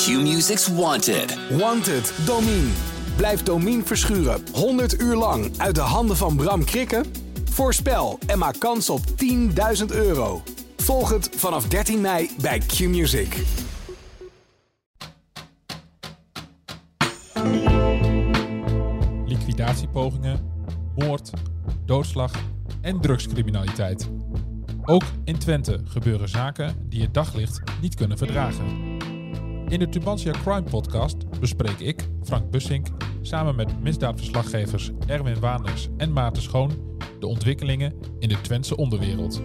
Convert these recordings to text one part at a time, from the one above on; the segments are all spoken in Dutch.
Q-Music's Wanted. Wanted, Domine. Blijft Domine verschuren 100 uur lang uit de handen van Bram Krikke? Voorspel en maak kans op €10.000. Volg het vanaf 13 mei bij Q-Music. Liquidatiepogingen, moord, doodslag en drugscriminaliteit. Ook in Twente gebeuren zaken die het daglicht niet kunnen verdragen. In de Tubantia Crime Podcast bespreek ik, Frank Bussink, samen met misdaadverslaggevers Erwin Waanders en Maarten Schoon de ontwikkelingen in de Twentse onderwereld.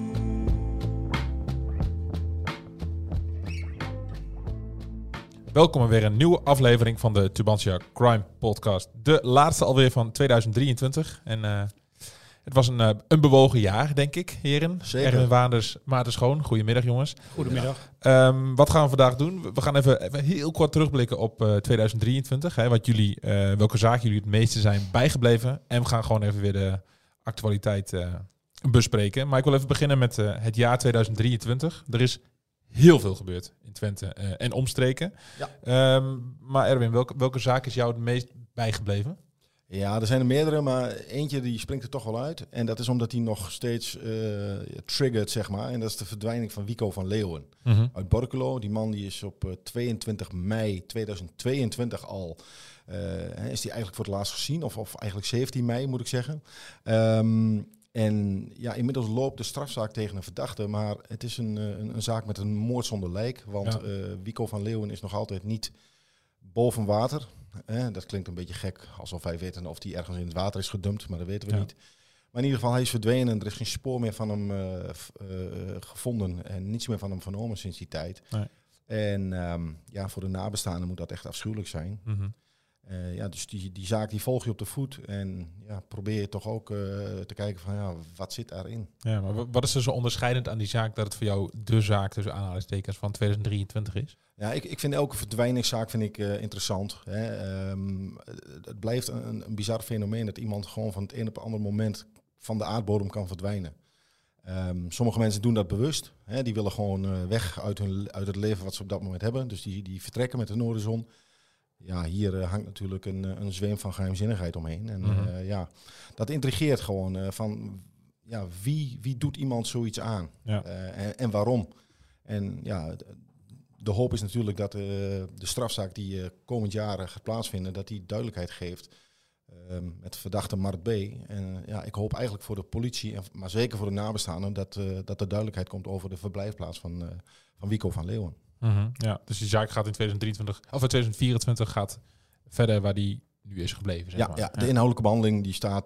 Welkom bij weer een nieuwe aflevering van de Tubantia Crime Podcast. De laatste alweer van 2023. En het was een bewogen jaar, denk ik, heren. Zeker. Erwin Waanders, Maarten Schoon. Goedemiddag, jongens. Goedemiddag. Wat gaan we vandaag doen? We gaan even heel kort terugblikken op 2023. Hè, welke zaken jullie het meeste zijn bijgebleven. En we gaan gewoon even weer de actualiteit bespreken. Maar ik wil even beginnen met het jaar 2023. Er is heel veel gebeurd in Twente en omstreken. Ja. Maar Erwin, welke zaak is jou het meest bijgebleven? Ja, er zijn er meerdere, maar eentje die springt er toch wel uit. En dat is omdat hij nog steeds triggert, zeg maar. En dat is de verdwijning van Wico van Leeuwen uit Borculo. Die man die is op 22 mei 2022 al... is die eigenlijk voor het laatst gezien, of eigenlijk 17 mei moet ik zeggen. En ja, inmiddels loopt de strafzaak tegen een verdachte, maar het is een zaak met een moord zonder lijk. Want Wico van Leeuwen is nog altijd niet boven water. Dat klinkt een beetje gek, alsof wij weten of hij ergens in het water is gedumpt, maar dat weten we niet. Maar in ieder geval, hij is verdwenen. Er is geen spoor meer van hem gevonden en niets meer van hem vernomen sinds die tijd. Nee. En voor de nabestaanden moet dat echt afschuwelijk zijn. Mm-hmm. Dus die zaak die volg je op de voet en probeer je toch ook te kijken van wat zit daarin. Ja, maar wat is er zo onderscheidend aan die zaak dat het voor jou de zaak tussen aanhalingstekens van 2023 is? Ja, ik vind elke verdwijningszaak interessant. Hè. Het blijft een bizar fenomeen dat iemand gewoon van het een op het andere moment van de aardbodem kan verdwijnen. Sommige mensen doen dat bewust. Hè. Die willen gewoon weg uit het leven wat ze op dat moment hebben. Dus die vertrekken met de noorderzon. Ja, hier hangt natuurlijk een zweem van geheimzinnigheid omheen. En dat intrigeert gewoon van wie doet iemand zoiets aan? Ja. En waarom? En de hoop is natuurlijk dat de strafzaak die komend jaar gaat plaatsvinden, dat die duidelijkheid geeft met verdachte Mart B. En ik hoop eigenlijk voor de politie, maar zeker voor de nabestaanden, dat er duidelijkheid komt over de verblijfplaats van Wico van Leeuwen. Mm-hmm. Ja, dus die zaak gaat in 2024 gaat verder waar die nu is gebleven. Zeg maar. Ja, de inhoudelijke behandeling die staat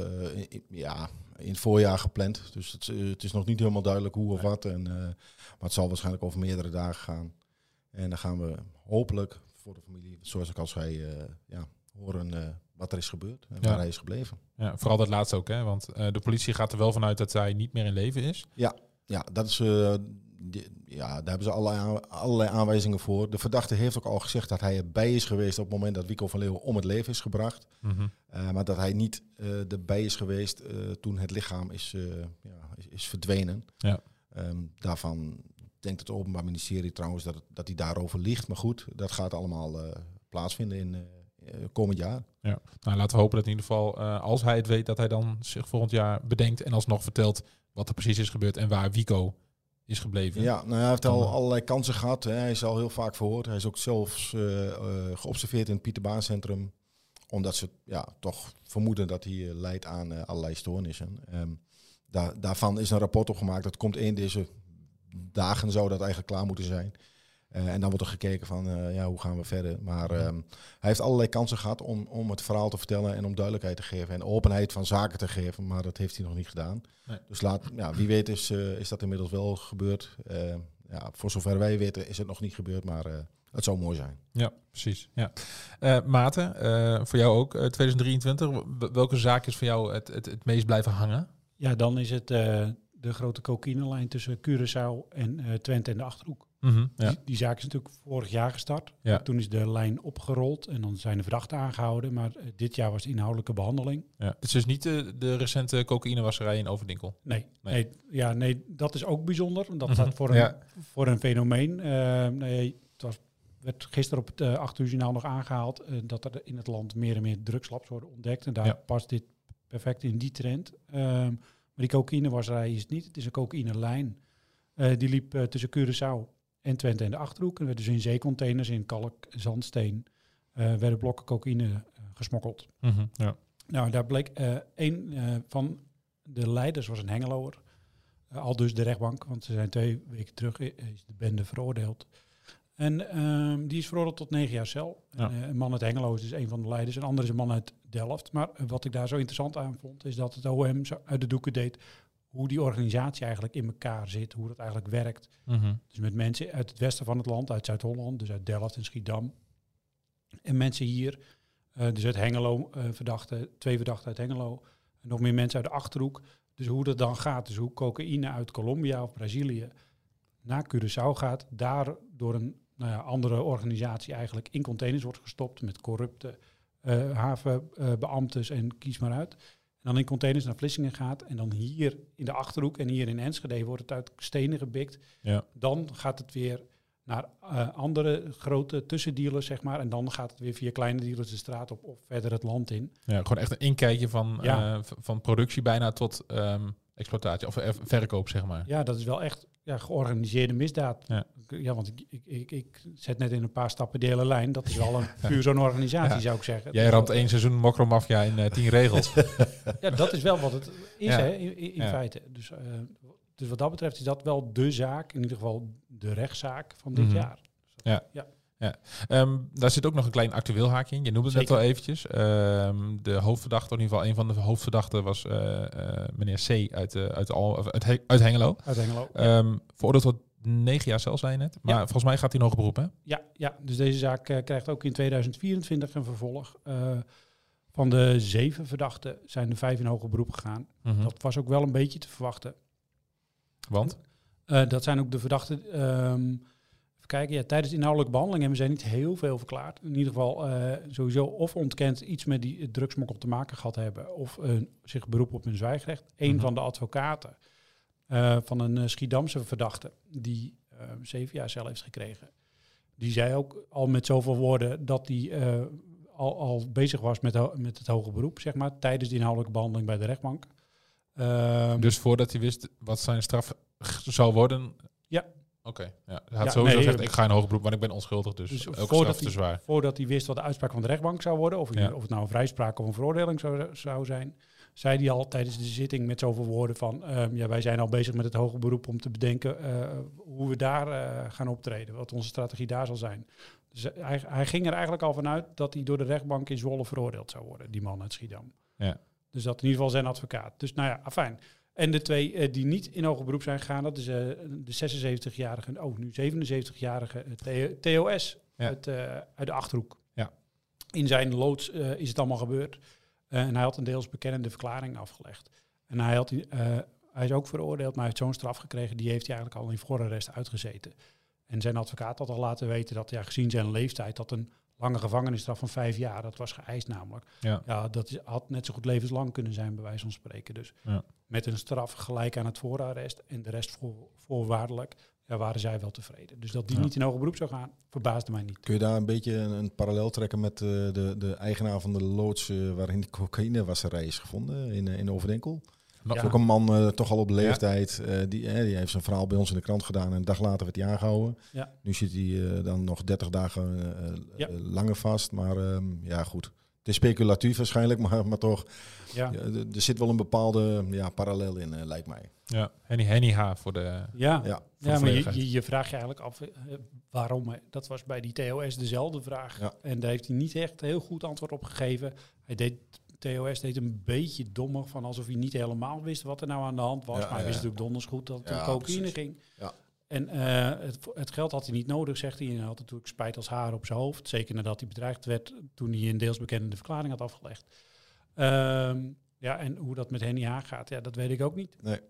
in het voorjaar gepland. Dus het is nog niet helemaal duidelijk hoe of wat. Maar het zal waarschijnlijk over meerdere dagen gaan. En dan gaan we hopelijk voor de familie, zoals ik al zei, horen wat er is gebeurd en waar hij is gebleven. Ja, vooral dat laatste ook, hè? Want de politie gaat er wel vanuit dat hij niet meer in leven is. Ja, dat is... daar hebben ze allerlei aanwijzingen voor. De verdachte heeft ook al gezegd dat hij erbij is geweest op het moment dat Wico van Leeuwen om het leven is gebracht. Mm-hmm. Maar dat hij niet erbij is geweest toen het lichaam is verdwenen. Ja. Daarvan denkt het Openbaar Ministerie trouwens dat hij daarover liegt. Maar goed, dat gaat allemaal plaatsvinden in komend jaar. Ja. Nou, laten we hopen dat in ieder geval, als hij het weet, dat hij dan zich volgend jaar bedenkt en alsnog vertelt wat er precies is gebeurd en waar Wico is gebleven. Ja, hij heeft al allerlei kansen gehad. Hè. Hij is al heel vaak verhoord. Hij is ook zelfs geobserveerd in het Pieterbaancentrum. Omdat ze toch vermoeden dat hij lijdt aan allerlei stoornissen. Daarvan is een rapport opgemaakt. Dat komt in deze dagen, zou dat eigenlijk klaar moeten zijn. En dan wordt er gekeken van hoe gaan we verder. Maar hij heeft allerlei kansen gehad om het verhaal te vertellen en om duidelijkheid te geven. En openheid van zaken te geven, maar dat heeft hij nog niet gedaan. Nee. Dus wie weet is dat inmiddels wel gebeurd. Voor zover wij weten is het nog niet gebeurd, maar het zou mooi zijn. Ja, precies. Ja. Maarten, voor jou ook 2023. Welke zaak is voor jou het meest blijven hangen? Ja, dan is het de grote cocaïnelijn tussen Curaçao en Twente en de Achterhoek. Mm-hmm, ja. Die zaak is natuurlijk vorig jaar gestart. Ja. Toen is de lijn opgerold en dan zijn de verdachten aangehouden. Maar dit jaar was de inhoudelijke behandeling. Ja. Het is dus niet de recente cocaïnewasserij in Overdenkel? Nee, dat is ook bijzonder. Dat staat voor een fenomeen. Het was werd gisteren op het 8 uur journaal nog aangehaald dat er in het land meer en meer drugslabs worden ontdekt. En daar past dit perfect in die trend. Maar die cocaïnewaserij is het niet. Het is een cocaïnelijn. Die liep tussen Curaçao en Twente en de Achterhoek. En werden dus in zeecontainers, in kalk, zandsteen, werden blokken cocaïne gesmokkeld. Mm-hmm, ja. Nou, daar bleek een van de leiders was een Hengeloer. Al dus de rechtbank, want ze zijn 2 weken terug is de bende veroordeeld. En die is veroordeeld tot 9 jaar cel. Ja. Een man uit Hengelo is dus een van de leiders. Een ander is een man uit Delft. Maar wat ik daar zo interessant aan vond, is dat het OM zo uit de doeken deed hoe die organisatie eigenlijk in elkaar zit, hoe dat eigenlijk werkt. Mm-hmm. Dus met mensen uit het westen van het land, uit Zuid-Holland, dus uit Delft en Schiedam. En mensen hier, dus uit Hengelo, 2 verdachten uit Hengelo. En nog meer mensen uit de Achterhoek. Dus hoe dat dan gaat, dus hoe cocaïne uit Colombia of Brazilië naar Curaçao gaat, daar door een andere organisatie eigenlijk in containers wordt gestopt met corrupte havenbeambtes en kies maar uit. En dan in containers naar Vlissingen gaat en dan hier in de Achterhoek en hier in Enschede wordt het uit stenen gebikt. Ja. Dan gaat het weer naar andere grote tussendealers, zeg maar. En dan gaat het weer via kleine dealers de straat op of verder het land in. Ja, gewoon echt een inkijkje van productie bijna tot exploitatie of verkoop, zeg maar. Ja, dat is wel echt georganiseerde misdaad. Ja, want ik zet net in een paar stappen de hele lijn. Dat is wel een puur zo'n organisatie, zou ik zeggen. Jij ramt 1 seizoen Mokromafia in 10 regels. Ja, dat is wel wat het is, hè, in feite. Dus wat dat betreft is dat wel de zaak, in ieder geval de rechtszaak van dit jaar. Ja. Daar zit ook nog een klein actueel haakje in. Je noemde het net al eventjes. De hoofdverdachte, in ieder geval een van de hoofdverdachten was meneer C. uit Hengelo. Uit Hengelo. Veroordeeld tot 9 jaar cel, zei je net. Maar volgens mij gaat hij nog beroep, hè? Ja, dus deze zaak krijgt ook in 2024 een vervolg. Van de 7 verdachten zijn er 5 in hoger beroep gegaan. Mm-hmm. Dat was ook wel een beetje te verwachten. Want? Dat zijn ook de verdachten. Even kijken, tijdens de inhoudelijke behandeling hebben zij niet heel veel verklaard. In ieder geval sowieso of ontkend iets met die drugsmokkel te maken gehad hebben, of zich beroepen op hun zwijgrecht. Een van de advocaten van een Schiedamse verdachte die 7 jaar cel heeft gekregen, die zei ook al met zoveel woorden dat hij al bezig was met het hoger beroep, zeg maar, tijdens de inhoudelijke behandeling bij de rechtbank. Dus voordat hij wist wat zijn straf zou worden? Ja. Oké. Ja. Hij had sowieso gezegd, ik ga in hoger beroep, want ik ben onschuldig, dus elke straf te zwaar. Voordat hij wist wat de uitspraak van de rechtbank zou worden, of het nou een vrijspraak of een veroordeling zou zijn, zei hij al tijdens de zitting met zoveel woorden van, wij zijn al bezig met het hoger beroep om te bedenken hoe we daar gaan optreden, wat onze strategie daar zal zijn. Dus hij ging er eigenlijk al vanuit dat hij door de rechtbank in Zwolle veroordeeld zou worden, die man uit Schiedam. Ja. Dus dat in ieder geval zijn advocaat. Dus afijn. En de 2 die niet in hoger beroep zijn gegaan, dat is de 76-jarige, nu 77-jarige TOS uit de Achterhoek. Ja. In zijn loods is het allemaal gebeurd. En hij had een deels bekennende verklaring afgelegd. En hij is ook veroordeeld, maar hij heeft zo'n straf gekregen, die heeft hij eigenlijk al in voorarrest uitgezeten. En zijn advocaat had al laten weten dat gezien zijn leeftijd dat een lange gevangenisstraf van 5 jaar, dat was geëist namelijk. Ja, dat had net zo goed levenslang kunnen zijn, bij wijze van spreken. Dus met een straf gelijk aan het voorarrest en de rest voorwaardelijk, waren zij wel tevreden. Dus dat die niet in hoger beroep zou gaan, verbaasde mij niet. Kun je daar een beetje een parallel trekken met de eigenaar van de loods waarin de cocaïnewasserij is gevonden in Overdenkel? Ook een man toch al op leeftijd. Die heeft zijn verhaal bij ons in de krant gedaan en een dag later werd hij aangehouden. Ja. Nu zit hij dan nog 30 dagen langer vast. Maar goed. Het is speculatief waarschijnlijk, maar toch. Ja. Er zit wel een bepaalde parallel in, lijkt mij. Ja, Henny H. voor de... Maar je vraagt je eigenlijk af waarom. Hè? Dat was bij die TOS dezelfde vraag. Ja. En daar heeft hij niet echt heel goed antwoord op gegeven. TOS deed een beetje dommig van alsof hij niet helemaal wist wat er nou aan de hand was. Maar hij wist natuurlijk donders goed dat het om cocaïne ging. Ja. En het geld had hij niet nodig, zegt hij. En hij had natuurlijk spijt als haar op zijn hoofd. Zeker nadat hij bedreigd werd toen hij een deels bekende verklaring had afgelegd. En hoe dat met Henny H. gaat, dat weet ik ook niet. Nee.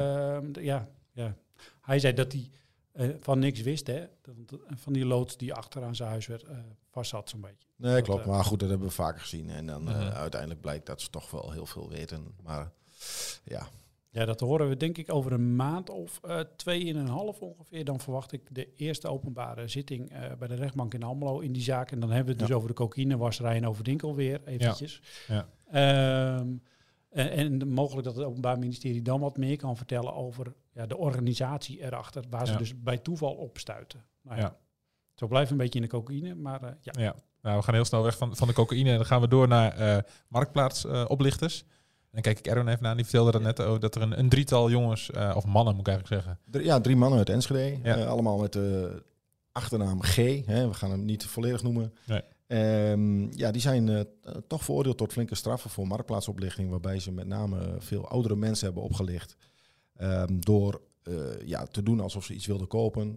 Hij zei dat hij van niks wist, hè. Van die loods die achteraan zijn huis vast zat, zo'n beetje. Nee, klopt. Maar goed, dat hebben we vaker gezien. En dan uiteindelijk blijkt dat ze toch wel heel veel weten. Maar Ja, dat horen we denk ik over een maand of 2,5 ongeveer. Dan verwacht ik de eerste openbare zitting bij de rechtbank in Almelo in die zaak. En dan hebben we het dus over de cocaïnewasserij en over Dinkel weer eventjes. Ja. En mogelijk dat het Openbaar Ministerie dan wat meer kan vertellen over de organisatie erachter, waar ze dus bij toeval op stuiten. Nou ja. Zo blijven een beetje in de cocaïne, maar ja. Nou, we gaan heel snel weg van de cocaïne en dan gaan we door naar marktplaatsoplichters. Dan kijk ik Erwin even naar, die vertelde dat net ook, dat er een drietal jongens, of mannen moet ik eigenlijk zeggen. 3 mannen uit Enschede, allemaal met de achternaam G. Hè, we gaan hem niet volledig noemen. Nee. Die zijn toch veroordeeld tot flinke straffen voor marktplaatsoplichting, waarbij ze met name veel oudere mensen hebben opgelicht door te doen alsof ze iets wilden kopen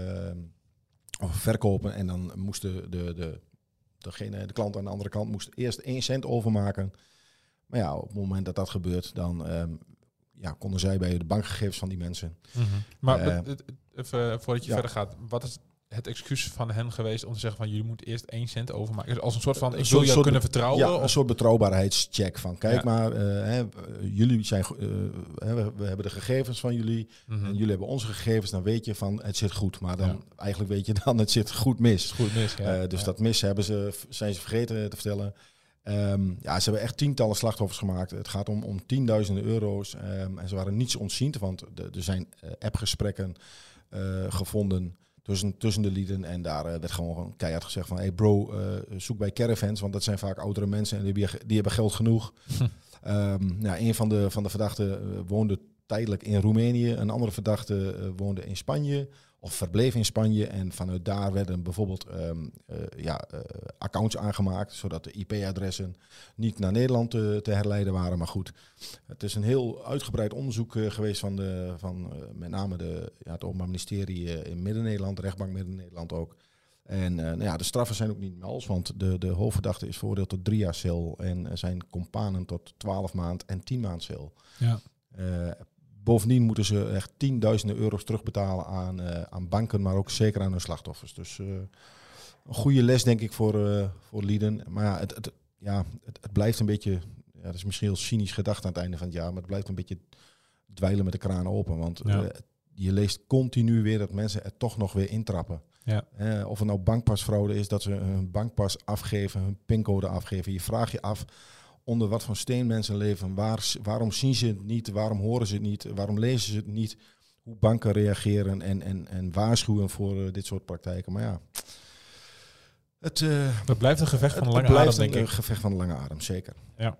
of verkopen. En dan moesten de klant aan de andere kant moest eerst 1 cent overmaken. Maar ja, op het moment dat dat gebeurt, dan konden zij bij de bankgegevens van die mensen. Mm-hmm. Maar even voordat je verder gaat, wat is het excuus van hen geweest om te zeggen van jullie moeten eerst 1 cent overmaken? Als een soort van, zul je kunnen vertrouwen? Ja, een soort betrouwbaarheidscheck van kijk maar, jullie zijn, we hebben de gegevens van jullie en jullie hebben onze gegevens, dan weet je van het zit goed. Maar dan eigenlijk weet je dan het zit goed mis. Dat mis zijn ze vergeten te vertellen. Ze hebben echt tientallen slachtoffers gemaakt. Het gaat om tienduizenden euro's. En ze waren niets ontziend, want er zijn appgesprekken gevonden tussen de lieden. En daar werd gewoon keihard gezegd van hey bro, zoek bij caravans, want dat zijn vaak oudere mensen en die hebben geld genoeg. Een van de verdachten woonde tijdelijk in Roemenië. Een andere verdachte woonde in Spanje of verbleef in Spanje. En vanuit daar werden bijvoorbeeld accounts aangemaakt, zodat de IP-adressen niet naar Nederland te herleiden waren. Maar goed, het is een heel uitgebreid onderzoek geweest van met name het Openbaar Ministerie in Midden-Nederland, de rechtbank Midden-Nederland ook. En de straffen zijn ook niet mals, want de hoofdverdachte is veroordeeld tot 3 jaar cel en zijn companen tot 12 maand en 10 maand cel. Ja. Bovendien moeten ze echt tienduizenden euro's terugbetalen aan banken, maar ook zeker aan hun slachtoffers. Dus een goede les, denk ik, voor lieden. Maar het blijft een beetje, dat is misschien heel cynisch gedacht aan het einde van het jaar, maar het blijft een beetje dweilen met de kraan open. Want je leest continu weer dat mensen er toch nog weer intrappen. Ja. Of het nou bankpasfraude is, dat ze hun bankpas afgeven, hun pincode afgeven. Je vraagt je af onder wat voor steen mensen leven. Waarom zien ze het niet? Waarom horen ze het niet? Waarom lezen ze het niet? Hoe banken reageren en waarschuwen voor dit soort praktijken. Maar ja, het blijft een gevecht van de lange adem, denk ik. Een gevecht van de lange adem, zeker. Ja.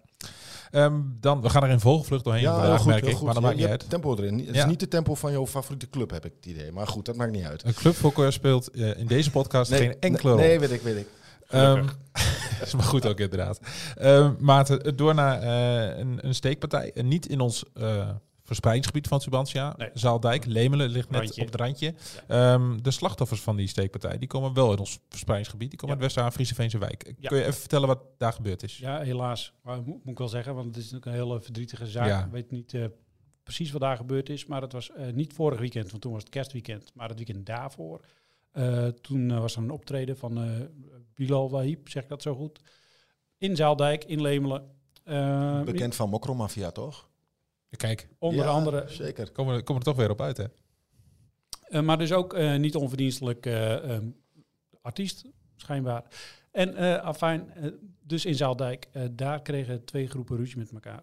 We gaan er in vogelvlucht doorheen vandaag, merk ik, maar dat maakt niet uit. Tempo erin. Het is niet de tempo van jouw favoriete club, heb ik het idee. Maar goed, dat maakt niet uit. Een clubfokker speelt in deze podcast geen enkele rol. Nee, weet ik. Dat is maar goed ook inderdaad. Maarten, door naar een steekpartij. Niet in ons verspreidingsgebied van Tubantia. Nee. Zaaldijk, Lemelen ligt net op het randje. Ja. De slachtoffers van die steekpartij, die komen wel in ons verspreidingsgebied. Die komen uit West-Friese Veense Wijk. Kun je even vertellen wat daar gebeurd is? Ja, helaas. Maar moet ik wel zeggen, want het is natuurlijk een hele verdrietige zaak. Ja. Ik weet niet precies wat daar gebeurd is, maar het was niet vorig weekend, want toen was het kerstweekend, maar het weekend daarvoor. Toen was er een optreden van Bilal Wahib, zeg ik dat zo goed, in Zaaldijk, in Lemelen. Bekend van Mokromafia, toch? Kijk, onder andere zeker. Komen er toch weer op uit, hè? Maar dus ook niet onverdienstelijk artiest, schijnbaar. En dus in Zaaldijk, daar kregen 2 groepen ruzie met elkaar.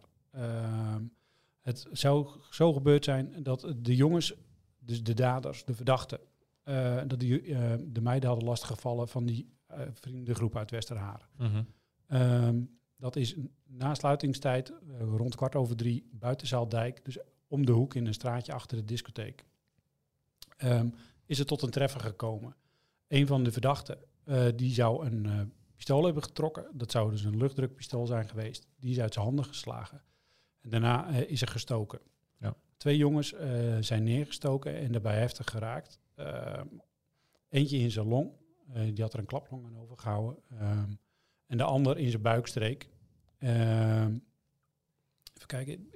Het zou zo gebeurd zijn dat de jongens, dus de daders, de verdachten, dat de meiden hadden lastiggevallen van die vriendengroep uit Westerharen. Mm-hmm. Dat is na sluitingstijd, rond 2:15, buiten Zaaldijk, dus om de hoek in een straatje achter de discotheek, is het tot een treffer gekomen. Een van de verdachten, die zou een pistool hebben getrokken. Dat zou dus een luchtdrukpistool zijn geweest. Die is uit zijn handen geslagen. En daarna is er gestoken. Ja. 2 jongens zijn neergestoken en daarbij heftig geraakt. Eentje in zijn long. Die had er een klaplong aan overgehouden. En de ander in zijn buikstreek. Even kijken.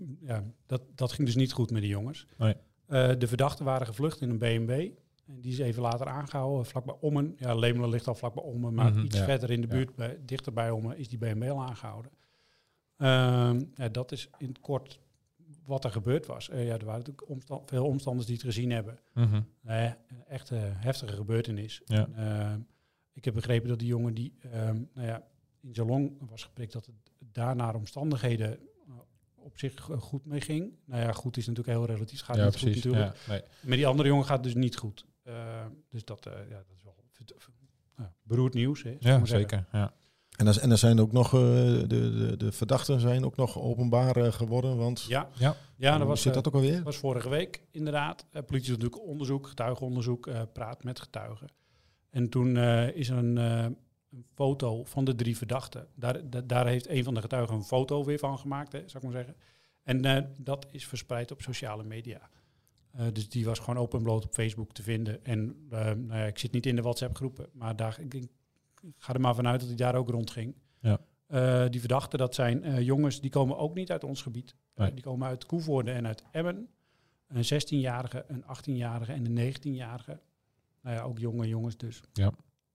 Dat ging dus niet goed met die jongens. Nee. De verdachten waren gevlucht in een BMW. En die is even later aangehouden, vlakbij Ommen. Ja, Lemelen ligt al vlakbij Ommen, maar iets verder in de buurt, dichter bij Ommen, is die BMW al aangehouden. Dat is in het kort wat er gebeurd was. Er waren natuurlijk veel omstanders die het gezien hebben. Echt heftige gebeurtenis. Ja. Ik heb begrepen dat die jongen die in zijn long was geprikt, dat het daar naar omstandigheden op zich goed mee ging. Nou ja, goed is natuurlijk heel relatief. Gaat niet precies. goed natuurlijk. Ja, nee. Met die andere jongen gaat het dus niet goed. Dus dat is wel beroerd nieuws. Hè, Ja, zeker. Ja. En er zijn ook nog, de verdachten zijn ook nog openbaar geworden, want dat zit dat ook alweer? was vorige week inderdaad. Politie doet natuurlijk onderzoek, getuigenonderzoek, praat met getuigen. En toen is er een foto van de 3 verdachten. Daar heeft een van de getuigen een foto weer van gemaakt, zou ik maar zeggen. En dat is verspreid op sociale media. Dus die was gewoon open en bloot op Facebook te vinden. En ik zit niet in de WhatsApp-groepen, maar ik ga er maar vanuit dat hij daar ook rondging. Ja. Die verdachten, dat zijn jongens, die komen ook niet uit ons gebied. Nee. Die komen uit Koevoorde en uit Emmen. Een 16-jarige, een 18-jarige en een 19-jarige. Nou ja, ook jonge jongens dus. Ja.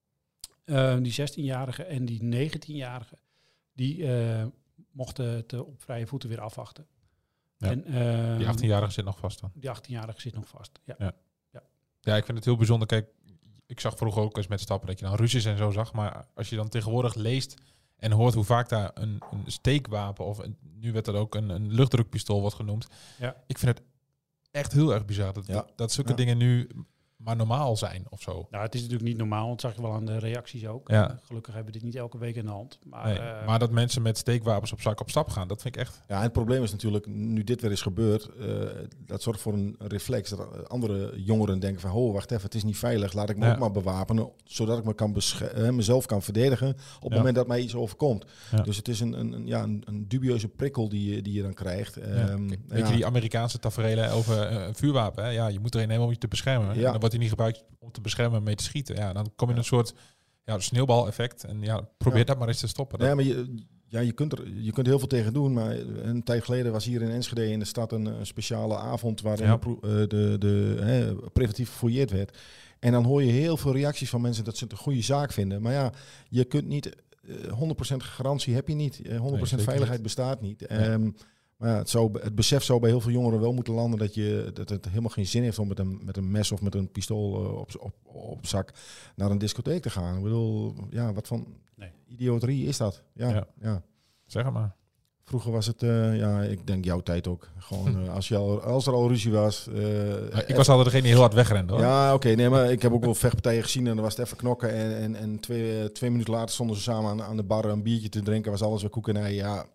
Die 16-jarige en die 19-jarige, die mochten het op vrije voeten weer afwachten. Ja. En, Die 18-jarige zit nog vast dan. Die 18-jarige zit nog vast, Ja, ik vind het heel bijzonder. Kijk, ik zag vroeger ook eens met Stappen dat je dan ruzies en zo zag. Maar als je dan tegenwoordig leest en hoort hoe vaak daar een steekwapen of nu werd er ook een luchtdrukpistool wordt genoemd. Ja. Ik vind het echt heel erg bizar dat zulke dingen nu maar normaal zijn of zo. Nou, het is natuurlijk niet normaal. Dat zag je wel aan de reacties ook. Ja. Gelukkig hebben we dit niet elke week in de hand. Maar, nee, maar dat mensen met steekwapens op zak op stap gaan, dat vind ik echt... Ja, en het probleem is natuurlijk, nu dit weer is gebeurd, dat zorgt voor een reflex. Dat andere jongeren denken van, wacht even, het is niet veilig. Laat ik me ook maar bewapenen, zodat ik me mezelf kan verdedigen op het moment dat mij iets overkomt. Ja. Dus het is een dubieuze prikkel die je dan krijgt. Weet je die Amerikaanse taferelen over een vuurwapen? Hè? Ja, je moet er een nemen om je te beschermen. Ja. En dan wordt hij niet gebruikt om te beschermen mee te schieten. Ja, dan kom je in een soort sneeuwbaleffect. En probeer dat maar eens te stoppen. Ja, maar je kunt heel veel tegen doen. Maar een tijd geleden was hier in Enschede in de stad een speciale avond waarin preventief gefouilleerd werd. En dan hoor je heel veel reacties van mensen dat ze het een goede zaak vinden. Maar ja, je kunt niet 100% garantie heb je niet. 100% veiligheid bestaat niet. Nee. Maar ja, het besef zou bij heel veel jongeren wel moeten landen dat het helemaal geen zin heeft om met een mes of met een pistool op zak naar een discotheek te gaan. Ik bedoel, wat voor idioterie is dat? Ja. Zeg maar. Vroeger was het, ik denk jouw tijd ook. Gewoon als er al ruzie was. Ik was altijd degene die heel hard wegrende, hoor. Ja, oké. Nee, maar ik heb ook wel vechtpartijen gezien en dan was het even knokken. En twee minuten later stonden ze samen aan de bar een biertje te drinken. Was alles weer koekenij. Ja.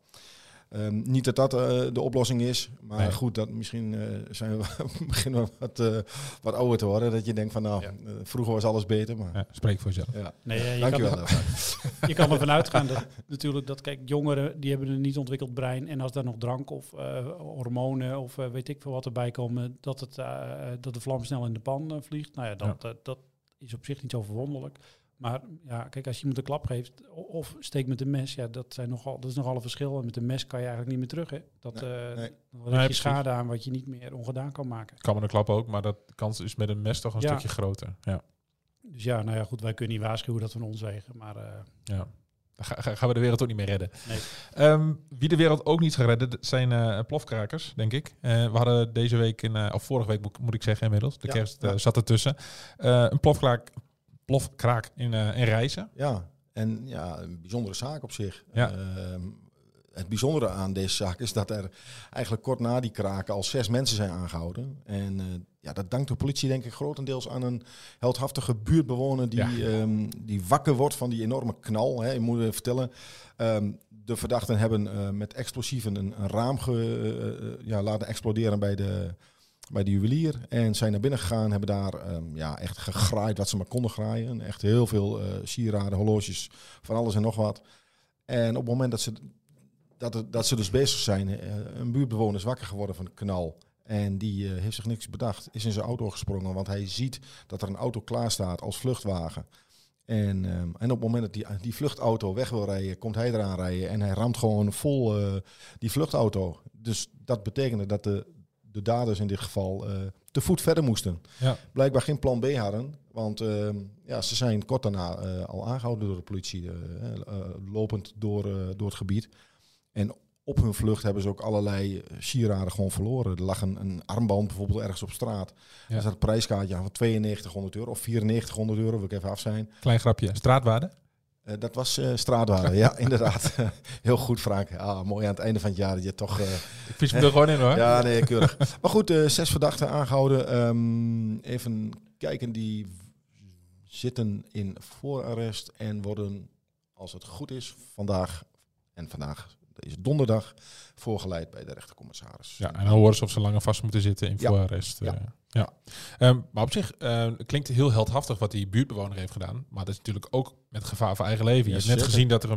Niet dat de oplossing is, maar goed, dat misschien beginnen we wat ouder te worden. Dat je denkt van, vroeger was alles beter. Maar spreek voor jezelf. Ja. Nee, dankjewel. Je kan ervan uitgaan dat kijk, jongeren die hebben een niet ontwikkeld brein. En als daar nog drank of hormonen of weet ik veel wat erbij komen, dat de vlam snel in de pan vliegt. Nou ja, dat is op zich niet zo verwonderlijk. Maar ja, kijk, als je iemand een klap geeft of steekt met een mes, dat is nogal een verschil. En met een mes kan je eigenlijk niet meer terug. Hè? Dan heb je schade aan wat je niet meer ongedaan kan maken. Kan met een klap ook, maar de kans is met een mes toch een stukje groter. Ja. Dus goed, wij kunnen niet waarschuwen dat we ons wegen. Maar dan gaan we de wereld ook niet meer redden. Nee. Wie de wereld ook niet gaat redden, zijn plofkrakers, denk ik. We hadden deze week, of vorige week moet ik zeggen inmiddels, de kerst zat ertussen. Een plofkraak in Rijssen. Ja, en een bijzondere zaak op zich. Ja. Het bijzondere aan deze zaak is dat er eigenlijk kort na die kraken al 6 mensen zijn aangehouden. En dat dankt de politie denk ik grotendeels aan een heldhaftige buurtbewoner die wakker wordt van die enorme knal. Hè. Je moet even vertellen, de verdachten hebben met explosieven een raam laten exploderen bij de juwelier. En zijn naar binnen gegaan, hebben daar echt gegraaid wat ze maar konden graaien. Echt heel veel sieraden, horloges, van alles en nog wat. En op het moment dat ze dus bezig zijn, een buurtbewoner is wakker geworden van de knal. En die heeft zich niks bedacht, is in zijn auto gesprongen. Want hij ziet dat er een auto klaar staat als vluchtwagen. En op het moment dat die vluchtauto weg wil rijden, komt hij eraan rijden. En hij ramt gewoon vol die vluchtauto. Dus dat betekende dat de daders in dit geval te voet verder moesten. Ja. Blijkbaar geen plan B hadden, want ze zijn kort daarna al aangehouden door de politie, lopend door het gebied. En op hun vlucht hebben ze ook allerlei sieraden gewoon verloren. Er lag een armband bijvoorbeeld ergens op straat. Ja. Er zat een prijskaartje aan van €9200 of €9400, wil ik even af zijn. Klein grapje. Straatwaarde? Dat was straatwaarde, ja, inderdaad. Heel goed, Frank. Mooi aan het einde van het jaar dat je toch... Ik vis me er gewoon in, hoor. Ja, nee, keurig. Maar goed, 6 verdachten aangehouden. Even kijken, die zitten in voorarrest en worden, als het goed is, vandaag is donderdag, voorgeleid bij de rechtercommissaris. Ja, en dan horen ze of ze langer vast moeten zitten in voorarrest. Ja. Maar op zich klinkt heel heldhaftig wat die buurtbewoner heeft gedaan. Maar dat is natuurlijk ook met gevaar voor eigen leven. Je hebt net gezien dat er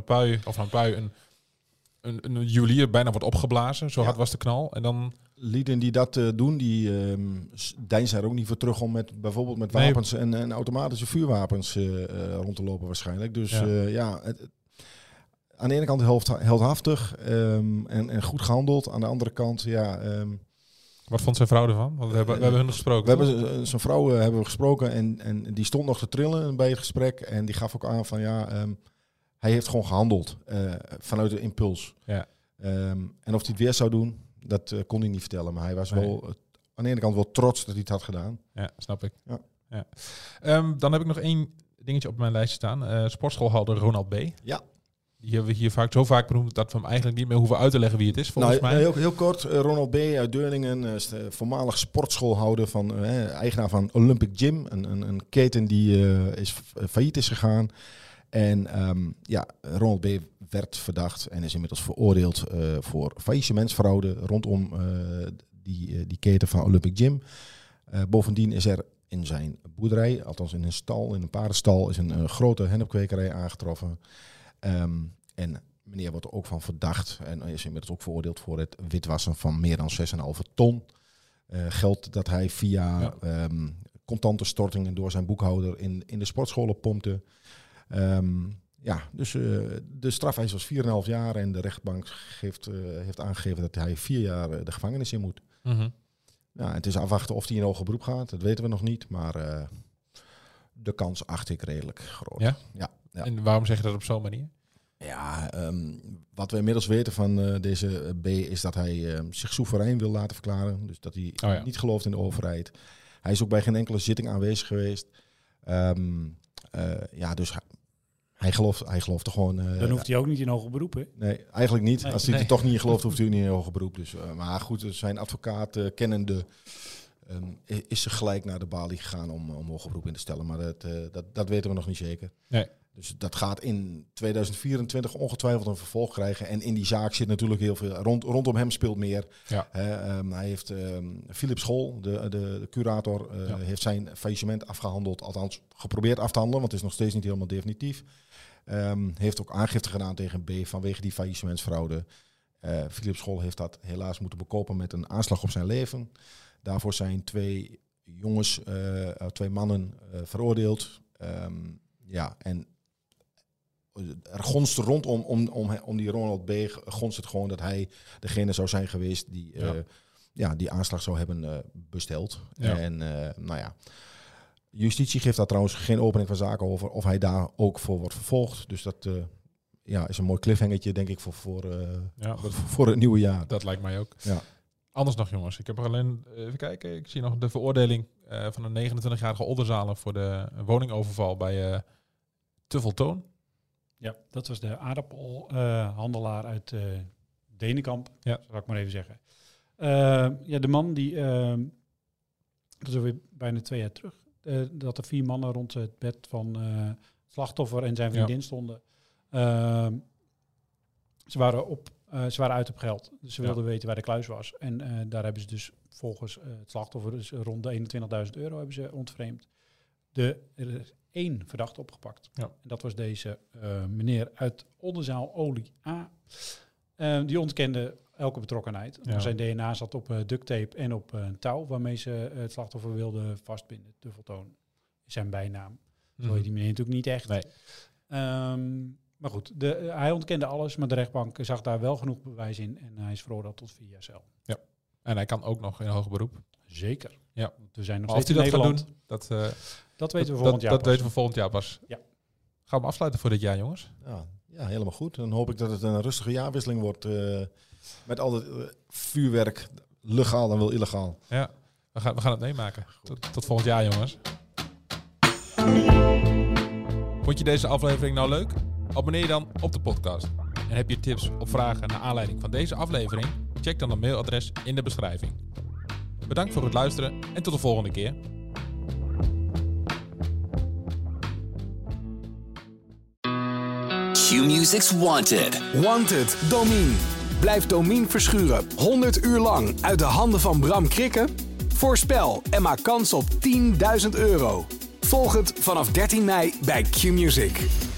een juwelier bijna wordt opgeblazen. Zo hard was de knal. En dan... Lieden die dat doen, die deinzen er ook niet voor terug om bijvoorbeeld met wapens en automatische vuurwapens rond te lopen waarschijnlijk. Dus aan de ene kant heldhaftig en goed gehandeld. Aan de andere kant, Wat vond zijn vrouw ervan? Want we hebben hun gesproken. Zijn vrouw hebben we gesproken en die stond nog te trillen bij het gesprek. En die gaf ook aan van hij heeft gewoon gehandeld vanuit de impuls. Ja. En of hij het weer zou doen, dat kon hij niet vertellen. Maar hij was wel aan de ene kant wel trots dat hij het had gedaan. Ja, snap ik. Ja. Dan heb ik nog 1 dingetje op mijn lijst staan. Sportschoolhouder Ronald B. Ja. Die hebben we hier zo vaak benoemd dat we hem eigenlijk niet meer hoeven uit te leggen wie het is, volgens mij. Heel kort, Ronald B. uit Deurlingen, voormalig sportschoolhouder, eigenaar van Olympic Gym. Een keten die failliet is gegaan. En Ronald B. werd verdacht en is inmiddels veroordeeld voor faillissementsfraude rondom die keten van Olympic Gym. Bovendien is er in zijn boerderij, althans in een paardenstal, is een grote hennepkwekerij aangetroffen. En meneer wordt er ook van verdacht en is inmiddels ook veroordeeld voor het witwassen van meer dan 6,5 ton. Geld dat hij via contante stortingen door zijn boekhouder in de sportscholen pompte. Dus de strafeis was 4,5 jaar en de rechtbank heeft aangegeven dat hij 4 jaar de gevangenis in moet. Mm-hmm. Ja, het is afwachten of hij in hoger beroep gaat, dat weten we nog niet, maar de kans acht ik redelijk groot. Ja? Ja. En waarom zeg je dat op zo'n manier? Ja, wat we inmiddels weten van deze B is dat hij zich soeverein wil laten verklaren. Dus dat hij niet gelooft in de overheid. Hij is ook bij geen enkele zitting aanwezig geweest. Dus hij gelooft er gewoon... Dan hoeft hij ook niet in hoger beroep, hè? Nee, eigenlijk niet. Als hij er toch niet in gelooft, hoeft hij ook niet in hoger beroep. Dus, maar goed, zijn advocaat kennende is ze gelijk naar de balie gegaan om hoger beroep in te stellen. Maar dat weten we nog niet zeker. Nee. Dus dat gaat in 2024 ongetwijfeld een vervolg krijgen. En in die zaak zit natuurlijk heel veel... Rondom hem speelt meer. Ja. Hij heeft... Philip School, de curator, heeft zijn faillissement afgehandeld. Althans, geprobeerd af te handelen, want het is nog steeds niet helemaal definitief. Heeft ook aangifte gedaan tegen B vanwege die faillissementsfraude. Philip School heeft dat helaas moeten bekopen met een aanslag op zijn leven. Daarvoor zijn 2 mannen veroordeeld. En er gonst rondom die Ronald B. gonst het gewoon dat hij degene zou zijn geweest die aanslag zou hebben besteld. Ja. En justitie geeft daar trouwens geen opening van zaken over of hij daar ook voor wordt vervolgd. Dus dat is een mooi cliffhangertje, denk ik, voor het nieuwe jaar. Dat lijkt mij ook. Ja. Anders nog, jongens. Ik heb er alleen... Even kijken. Ik zie nog de veroordeling van een 29-jarige Oldenzaler voor de woningoverval bij Tuffeltoon. Ja, dat was de aardappelhandelaar uit Denenkamp, zal ik maar even zeggen. De man die... dat is alweer bijna 2 jaar terug. Dat er 4 mannen rond het bed van het slachtoffer en zijn vriendin stonden. Ze waren uit op geld. Dus ze wilden weten waar de kluis was. En daar hebben ze dus volgens het slachtoffer dus rond de €21.000 hebben ze ontvreemd. Er is 1 verdachte opgepakt. Ja. En dat was deze meneer uit Oldenzaal, Olie A. Die ontkende elke betrokkenheid. Ja. Zijn DNA zat op duct tape en op een touw waarmee ze het slachtoffer wilden vastbinden. Tuffeltoon is zijn bijnaam. Zo heet die meneer natuurlijk niet echt. Nee. Maar goed, hij ontkende alles, maar de rechtbank zag daar wel genoeg bewijs in en hij is veroordeeld tot 4 jaar cel. Ja. En hij kan ook nog in hoger beroep. Zeker. Ja. We zijn nog steeds in Nederland. Dat weten we volgend jaar pas. Dat weten we volgend jaar pas. Ja. Gaan we afsluiten voor dit jaar, jongens? Ja, Ja, helemaal goed. Dan hoop ik dat het een rustige jaarwisseling wordt. Met al het vuurwerk, legaal dan wel illegaal. Ja, we gaan het meemaken. Tot volgend jaar, jongens. Vond je deze aflevering nou leuk? Abonneer je dan op de podcast. En heb je tips of vragen naar aanleiding van deze aflevering? Check dan het mailadres in de beschrijving. Bedankt voor het luisteren en tot de volgende keer. Q-Music's Wanted. Wanted, Domine. Blijf Domine verschuren 100 uur lang uit de handen van Bram Krikke? Voorspel en maak kans op €10.000. Volg het vanaf 13 mei bij Q-Music.